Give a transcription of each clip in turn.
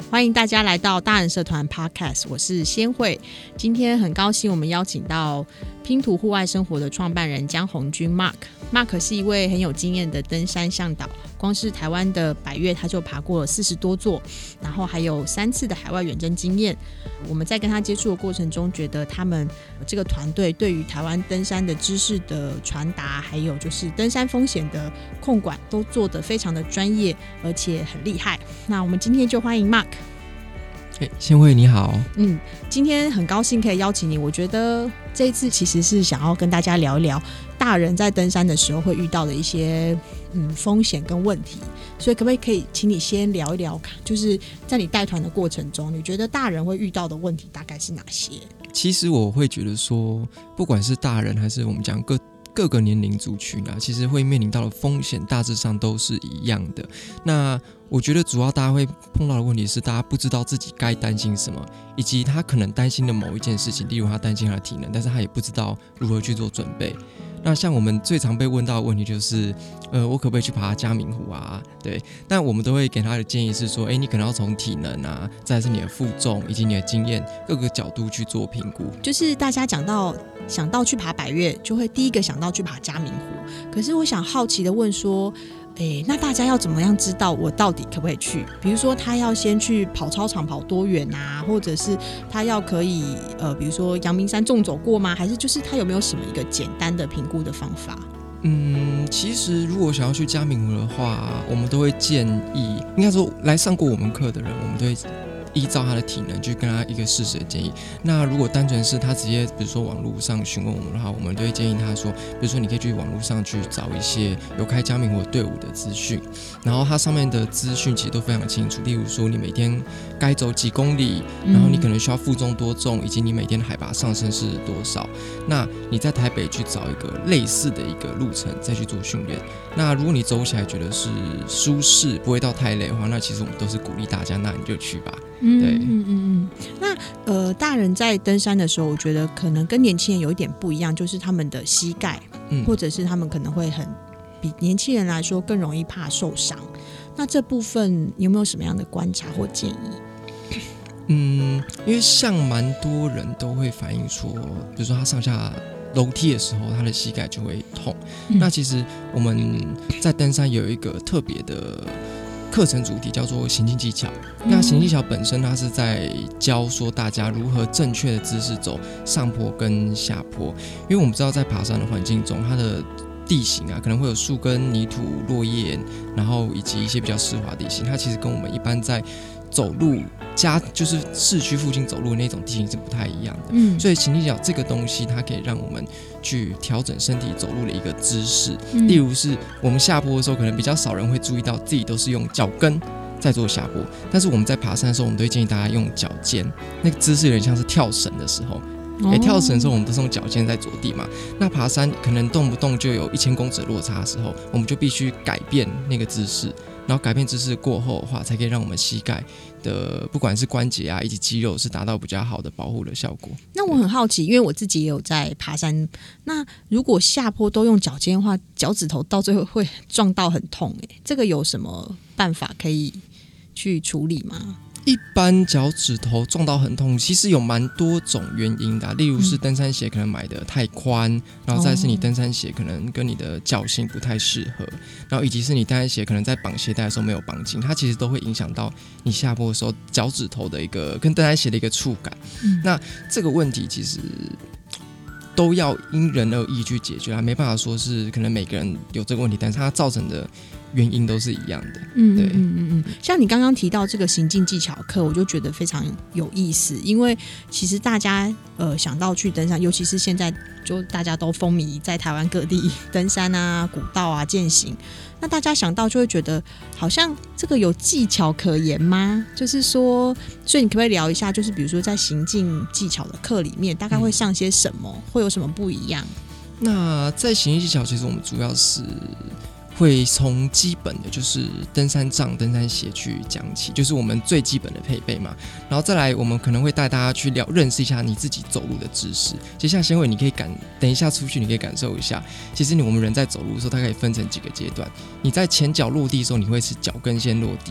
欢迎大家来到大人社团 Podcast， 我是先慧。今天很高兴我们邀请到拼图户外生活的创办人江宏军 Mark 是一位很有经验的登山向导，光是台湾的百岳他就爬过了40多座，然后还有3次的海外远征经验。我们在跟他接触的过程中，觉得他们这个团队对于台湾登山的知识的传达，还有就是登山风险的控管都做得非常的专业，而且很厉害。那我们今天就欢迎 Mark。 先慧你好。 今天很高兴可以邀请你。我觉得这一次其实是想要跟大家聊一聊大人在登山的时候会遇到的一些风险跟问题，所以可以请你先聊一聊，就是在你带团的过程中，你觉得大人会遇到的问题大概是哪些？ 其实我会觉得说，不管是大人还是我们讲各个年龄族群啊，其实会面临到的风险大致上都是一样的。那我觉得主要大家会碰到的问题是，大家不知道自己该担心什么，以及他可能担心的某一件事情，例如他担心他的体能，但是他也不知道如何去做准备。那像我们最常被问到的问题就是，我可不可以去爬嘉明湖啊？对，但我们都会给他的建议是说，你可能要从体能啊，再来是你的负重以及你的经验各个角度去做评估。 就是大家想到去爬百岳，就会第一个想到去爬嘉明湖。可是我想好奇的问说，那大家要怎么样知道我到底可不可以去？比如说他要先去跑操场跑多远啊，或者是他要可以比如说阳明山纵走过吗？还是就是他有没有什么一个简单的评估的方法？ 其实如果想要去嘉明湖的话，我们都会建议，应该说来上过我们课的人，我们都会依照他的体能去跟他一个适时的建议。那如果单纯是他直接比如说网络上询问我们的话，我们都会建议他说，比如说你可以去网络上去找一些有开嘉明湖队伍的资讯，然后它上面的资讯其实都非常清楚，例如说你每天该走几公里，然后你可能需要负重多重，以及你每天的海拔上升是多少。那你在台北去找一个类似的一个路程再去做训练。那如果你走起来觉得是舒适，不会到太累的话，那其实我们都是鼓励大家，那你就去吧。对， 那大人在登山的时候，我觉得可能跟年轻人有一点不一样，就是他们的膝盖，或者是他们可能会比年轻人来说更容易怕受伤。那这部分有没有什么样的观察或建议？ 因为像蛮多人都会反映说，比如说他上下楼梯的时候，他的膝盖就会痛。那其实我们在登山有一个特别的课程主题叫做行进技巧。那行进技巧本身它是在教说大家如何正确的姿势走上坡跟下坡。因为我们知道在爬山的环境中，它的地形啊可能会有树根、泥土、落叶，然后以及一些比较湿滑地形，它其实跟我们一般在走路就是市区附近走路的那种地形是不太一样的。所以行进脚这个东西，它可以让我们去调整身体走路的一个姿势。例如是我们下坡的时候，可能比较少人会注意到自己都是用脚跟在做下坡，但是我们在爬山的时候，我们都会建议大家用脚尖，那个姿势有点像是跳绳的时候。跳绳的时候我们都是用脚尖在着地嘛，那爬山可能动不动就有1000公尺的落差的时候，我们就必须改变那个姿势，然后改变姿势过后的话，才可以让我们膝盖的不管是关节啊以及肌肉是达到比较好的保护的效果。 那我很好奇，因为我自己也有在爬山，那如果下坡都用脚尖的话，脚趾头到最后会撞到很痛，这个有什么办法可以去处理吗？ 一般脚趾头撞到很痛，其实有蛮多种原因的例如是登山鞋可能买的太宽，然后再是你登山鞋可能跟你的脚型不太适合，然后以及是你登山鞋可能在绑鞋带的时候没有绑紧，它其实都会影响到你下坡的时候脚趾头的一个跟登山鞋的一个触感。那这个问题其实都要因人而异去解决没办法说是可能每个人有这个问题，但是它造成的原因都是一样的。对， 像你刚刚提到这个行进技巧课，我就觉得非常有意思，因为其实大家想到去登山，尤其是现在就大家都风靡在台湾各地登山啊、古道啊、健行，那大家想到就会觉得好像这个有技巧可言吗？就是说，所以你可不可以聊一下，就是比如说在行进技巧的课里面大概会上些什么，会有什么不一样？ 那在行进技巧其实我们主要是会从基本的就是登山杖、登山鞋去讲起，就是我们最基本的配备嘛。然后再来，我们可能会带大家去认识一下你自己走路的姿势。就像先伟，你可以等一下出去，你可以感受一下。其实我们人在走路的时候，它可以分成几个阶段。你在前脚落地的时候，你会是脚跟先落地。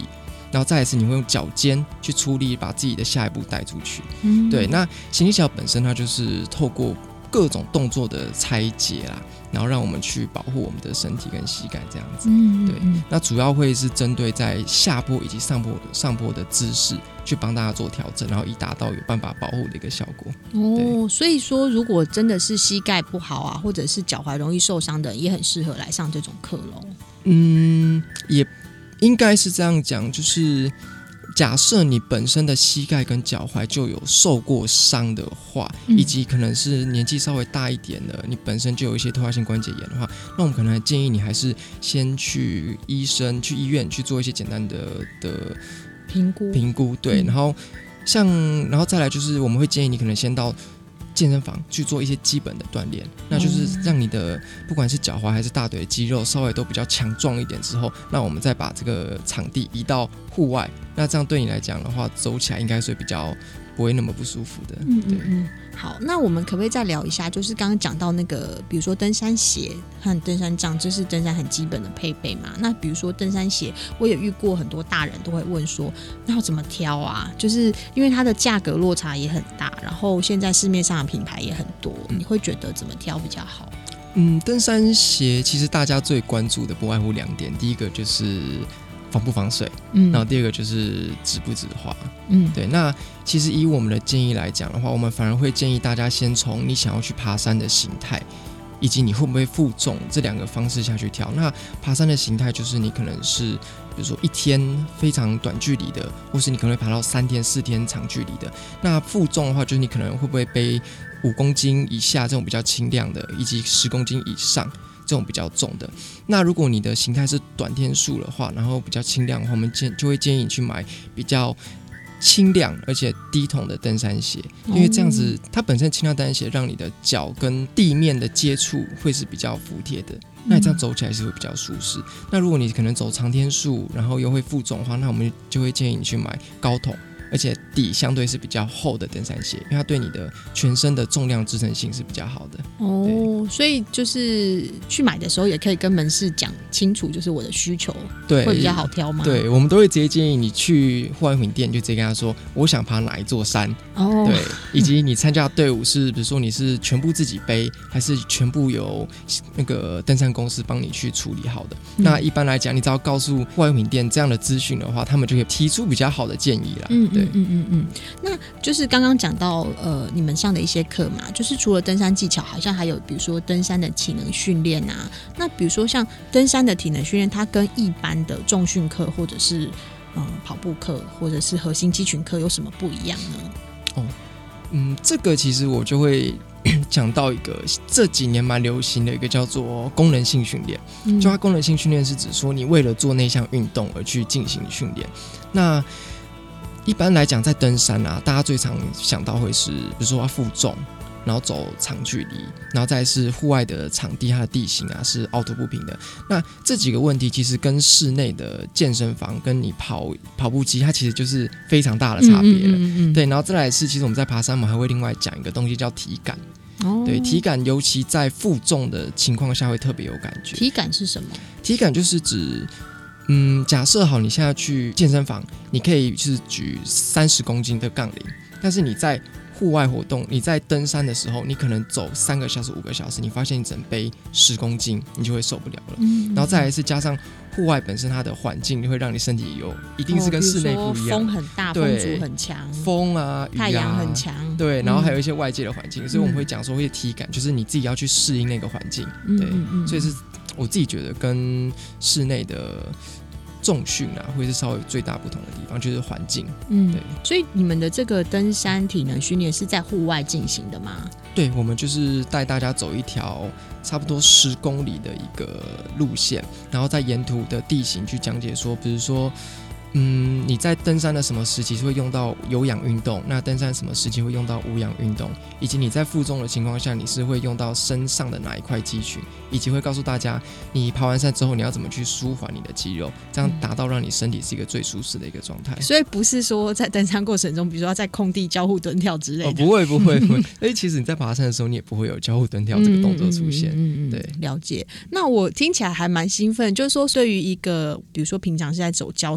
然后再来是你会用脚尖去出力把自己的下一步带出去。对，那行李小本身它就是透过各种动作的拆解啦，然后让我们去保护我们的身体跟膝盖这样子。对，那主要会是针对在下坡以及上坡的姿势去帮大家做调整，然后以达到有办法保护的一个效果。 所以说如果真的是膝盖不好啊，或者是脚踝容易受伤的人，也很适合来上这种课咯。 也应该是这样讲，就是假设你本身的膝盖跟脚踝就有受过伤的话，以及可能是年纪稍微大一点的，你本身就有一些退化性关节炎的话，那我们可能建议你还是先去医院去做一些简单的评估。对，然后再来就是我们会建议你可能先到健身房去做一些基本的锻炼，那就是让你的不管是脚踝还是大腿的肌肉稍微都比较强壮一点之后，那我们再把这个场地移到户外，那这样对你来讲的话，走起来应该是比较不会那么不舒服的。 好，那我们可不可以再聊一下，就是刚刚讲到那个比如说登山鞋和登山杖，这是登山很基本的配备嘛。那比如说登山鞋，我也遇过很多大人都会问说，那要怎么挑啊？就是因为它的价格落差也很大，然后现在市面上的品牌也很多，你会觉得怎么挑比较好？ 登山鞋其实大家最关注的不外乎2点，第一个就是防不防水，然后第二个就是止不止滑。对，那其实以我们的建议来讲的话，我们反而会建议大家先从你想要去爬山的形态以及你会不会负重这2个方式下去挑。那爬山的形态就是你可能是比如说1天非常短距离的，或是你可能会爬到3天4天长距离的。那负重的话就是你可能会不会背5公斤以下这种比较轻量的，以及10公斤以上这种比较重的。那如果你的形态是短天数的话，然后比较轻量的话，我们就会建议你去买比较轻量而且低筒的登山鞋，因为这样子它本身轻量登山鞋让你的脚跟地面的接触会是比较服帖的，那你这样走起来是会比较舒适。那如果你可能走长天数然后又会负重的话，那我们就会建议你去买高筒而且底相对是比较厚的登山鞋，因为它对你的全身的重量支撑性是比较好的。 所以就是去买的时候也可以跟门市讲清楚，就是我的需求， 对， 会比较好挑吗？ 对，我们都会直接建议你去户外用品店，就直接跟他说我想爬哪一座山，对，以及你参加的队伍是比如说你是全部自己背，还是全部由那个登山公司帮你去处理好的。那一般来讲，你只要告诉户外用品店这样的资讯的话，他们就可以提出比较好的建议啦。对， 那就是刚刚讲到你们上的一些课嘛，就是除了登山技巧，好像还有比如说登山的体能训练啊。那比如说像登山的体能训练，它跟一般的重训课或者是跑步课或者是核心肌群课有什么不一样呢？ 这个其实我就会讲到一个这几年蛮流行的一个叫做功能性训练。就它功能性训练是指说你为了做那项运动而去进行训练。那一般来讲在登山啊，大家最常想到会是比如说要负重，然后走长距离，然后再是户外的场地，它的地形啊是凹凸不平的。那这几个问题其实跟室内的健身房跟你跑步机，它其实就是非常大的差别了。对，然后再来是，其实我们在爬山，我们还会另外讲一个东西叫体感。对，体感尤其在负重的情况下会特别有感觉。 体感是什么？ 体感就是指假设好，你现在去健身房，你可以是举30公斤的杠铃，但是你在户外活动，你在登山的时候，你可能走3个小时5个小时，你发现你只能背10公斤，你就会受不了了。然后再来是加上户外本身它的环境会让你身体一定是跟室内不一样， 风很大，风阻很强， 风啊雨啊太阳很强， 对，然后还有一些外界的环境，所以我们会讲说会体感，就是你自己要去适应那个环境。对，所以是我自己觉得跟室内的重训啊，会是稍微最大不同的地方，就是环境。对。 所以你们的这个登山体能训练是在户外进行的吗？ 对，我们就是带大家走一条差不多10公里的一个路线，然后在沿途的地形去讲解说，比如说你在登山的什么时期会用到有氧运动，那登山什么时期会用到无氧运动，以及你在负重的情况下你是会用到身上的哪一块肌群，以及会告诉大家你爬完山之后你要怎么去舒缓你的肌肉，这样达到让你身体是一个最舒适的一个状态。 所以不是说在登山过程中比如说要在空地交互蹲跳之类的。 不会其实你在爬山的时候你也不会有交互蹲跳这个动作出现。对， 了解。那我听起来还蛮兴奋，就是说对于一个比如说平常是在走郊山经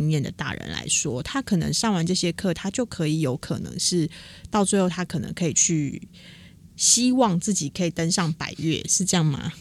经验的大人来说，他可能上完这些课，他就可以有可能是到最后他可能可以去希望自己可以登上百岳，是这样吗？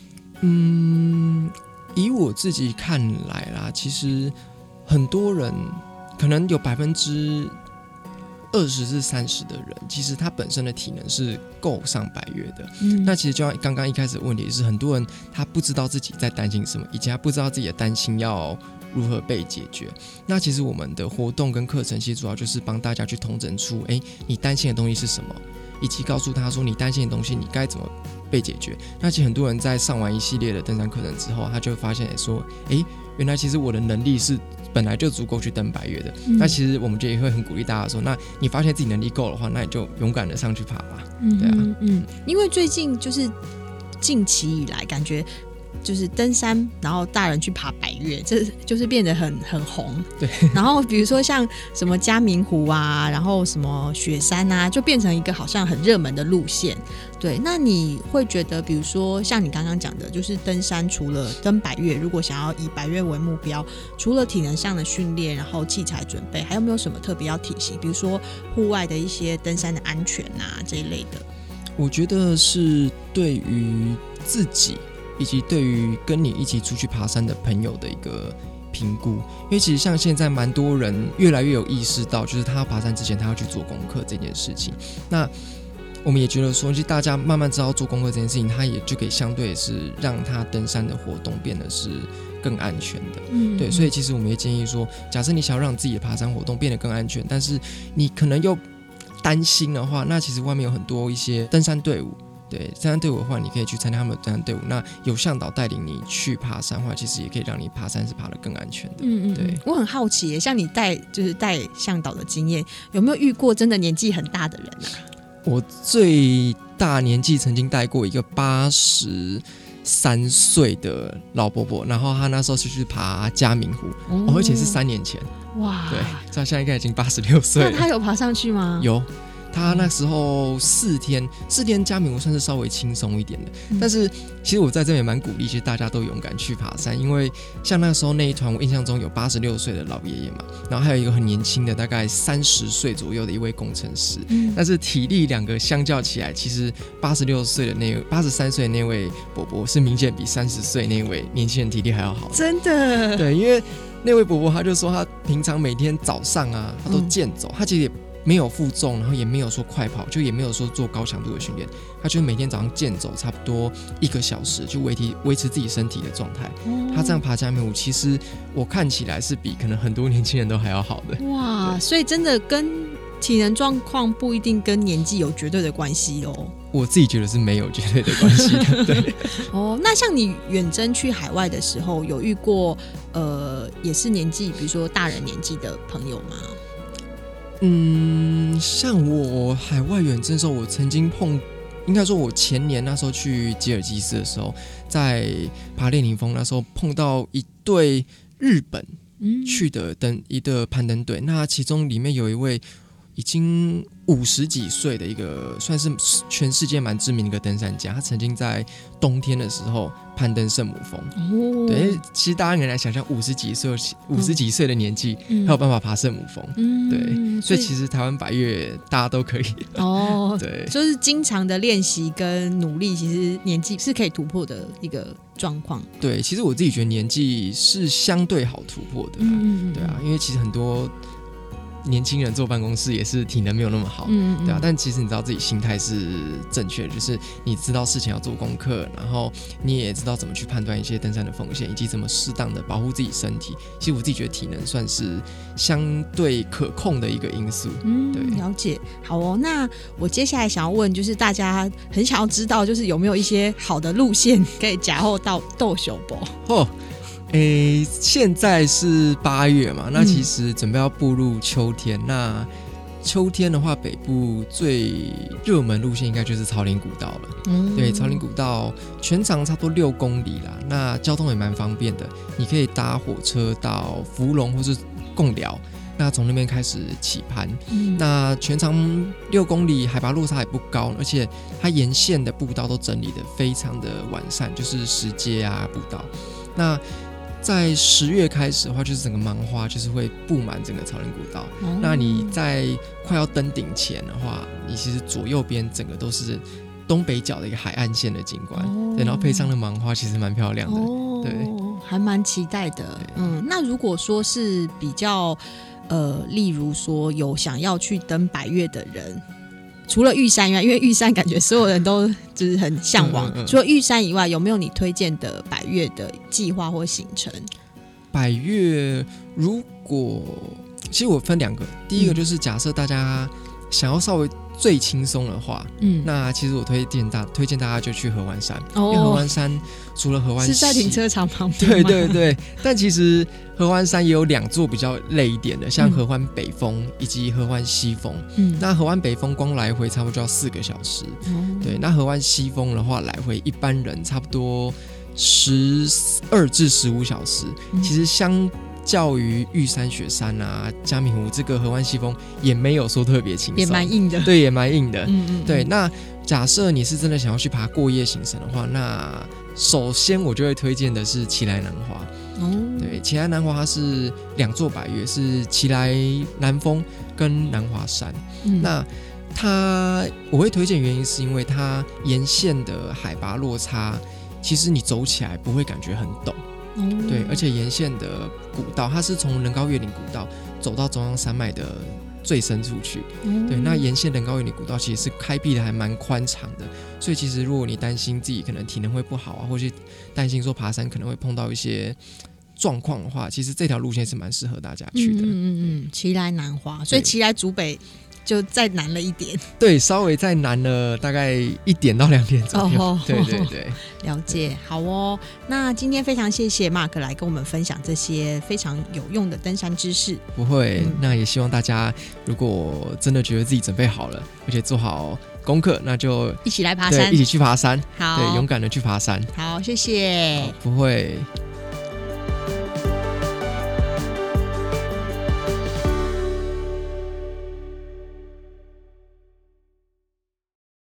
以我自己看来啦，其实很多人可能有20%至30%的人，其实他本身的体能是够上百岳的。那其实就像刚刚一开始的问题是，很多人他不知道自己在担心什么，以及他不知道自己的担心要如何被解决。那其实我们的活动跟课程其实主要就是帮大家去统整出，你担心的东西是什么，以及告诉他说你担心的东西你该怎么被解决。那其实很多人在上完一系列的登山课程之后，他就会发现说，原来其实我的能力是本来就足够去登百岳的。那其实我们就也会很鼓励大家说，那你发现自己能力够的话，那你就勇敢的上去爬吧。对啊， 因为最近就是近期以来，感觉就是登山，然后大人去爬百岳，这就是变得很红。 对。 然后比如说像什么嘉明湖啊，然后什么雪山啊，就变成一个好像很热门的路线。对，那你会觉得，比如说像你刚刚讲的，就是登山除了登百岳，如果想要以百岳为目标，除了体能上的训练，然后器材准备，还有没有什么特别要提醒？比如说户外的一些登山的安全啊这一类的。 我觉得是对于自己以及对于跟你一起出去爬山的朋友的一个评估，因为其实像现在蛮多人越来越有意识到，就是他要爬山之前他要去做功课这件事情。那我们也觉得说，其实大家慢慢知道做功课这件事情，他也就可以相对是让他登山的活动变得是更安全的。对，所以其实我们也建议说，假设你想要让自己的爬山活动变得更安全，但是你可能又担心的话，那其实外面有很多一些登山队伍。对，登山队伍的话，你可以去参加他们的登山队伍。那有向导带领你去爬山的话，其实也可以让你爬山是爬得更安全的。对。 我很好奇耶，像你带向导的经验，有没有遇过真的年纪很大的人啊？ 我最大年纪曾经带过一个83岁的老伯伯，然后他那时候是去爬嘉明湖，而且是3年前。哇！对，他现在应该已经86岁了。 那他有爬上去吗？ 有。他那时候4天嘉明湖算是稍微轻松一点的，但是其实我在这边也蛮鼓励，其实大家都勇敢去爬山，因为像那时候那一团，我印象中有86岁的老爷爷嘛，然后还有一个很年轻的，大概30岁左右的一位工程师，但是体力两个相较起来，其实83岁的那位伯伯是明显比30岁那位年轻人体力还要好。 真的？ 对，因为那位伯伯他就说他平常每天早上啊，他都健走，他其实也没有负重，然后也没有说快跑，就也没有说做高强度的训练，他就每天早上健走差不多1个小时，就维持自己身体的状态。他这样爬嘉明湖，其实我看起来是比可能很多年轻人都还要好的。 哇，所以真的跟体能状况不一定跟年纪有绝对的关系哦。 我自己觉得是没有绝对的关系的。对。 那像你远征去海外的时候，有遇过也是年纪，比如说大人年纪的朋友吗？ 像我海外远征的时候，我曾经应该说我前年那时候去吉尔吉斯的时候，在爬列宁峰那时候碰到一对日本去的一个攀登队，那其中里面有一位已经50几岁的一个算是全世界蛮知名的一个登山家，他曾经在冬天的时候攀登圣母峰。对，其实大家很难想象50几岁的年纪还有办法爬圣母峰。对，所以其实台湾百岳大家都可以。对， 就是经常的练习跟努力，其实年纪是可以突破的一个状况。 对，其实我自己觉得年纪是相对好突破的。对啊，因为其实很多年轻人坐办公室也是体能没有那么好，对啊，但其实你知道自己心态是正确的，就是你知道事情要做功课，然后你也知道怎么去判断一些登山的风险，以及怎么适当的保护自己身体。其实我自己觉得体能算是相对可控的一个因素。对， 了解。好哦，那我接下来想要问，就是大家很想要知道，就是有没有一些好的路线可以假后到斗秀博？ 现在是8月嘛，那其实准备要步入秋天。那秋天的话，北部最热门路线应该就是草岭古道了。对，草岭古道全长差不多6公里啦，那交通也蛮方便的，你可以搭火车到福隆或是贡寮，那从那边开始起攀。那全长6公里，海拔落差也不高，而且它沿线的步道都整理得非常的完善，就是石阶啊步道。那在10月开始的话，就是整个芒花就是会布满整个草原古道。那你在快要登顶前的话，你其实左右边整个都是东北角的一个海岸线的景观，对，然后配上了芒花，其实蛮漂亮的，对， 还蛮期待的。那如果说是比较例如说有想要去登百岳的人，除了玉山以外，因为玉山感觉所有人都就是很向往，除了玉山以外，有没有你推荐的百岳的计划或行程？ 百岳如果其实我分2个，第一个就是假设大家想要稍微最轻松的话，那其实我推荐大家就去合欢山，因为合欢山除了合欢是在停车场旁边吗？ 对，但其实合欢山也有2座比较累一点的，像合欢北峰以及合欢西峰。那合欢北峰光来回差不多就要4个小时，对，那合欢西峰的话来回一般人差不多12至15小时，其实相较于玉山、雪山啊、嘉明湖，这个合欢西峰也没有说特别轻松， 也蛮硬的， 对，也蛮硬的。对。那假设你是真的想要去爬过夜行程的话，那首先我就会推荐的是奇来南华。对，奇来南华它是2座百岳，是奇来南峰跟南华山。那我会推荐原因是因为它沿线的海拔落差，其实你走起来不会感觉很陡。对，而且沿线的古道，它是从人高越岭古道走到中央山脉的最深处去。对，那沿线人高越岭古道其实是开辟的还蛮宽敞的，所以其实如果你担心自己可能体能会不好啊，或是担心说爬山可能会碰到一些状况的话，其实这条路线是蛮适合大家去的。 奇来南华，所以奇来竹北就再难了一点， 对，稍微再难了大概1点到2点左右。对， 了解。好哦，那今天非常谢谢 Mark 来跟我们分享这些非常有用的登山知识。 不会，那也希望大家如果真的觉得自己准备好了，而且做好功课，那就一起来爬山， 一起去爬山。 好， 对，勇敢的去爬山。 好，谢谢。 不会。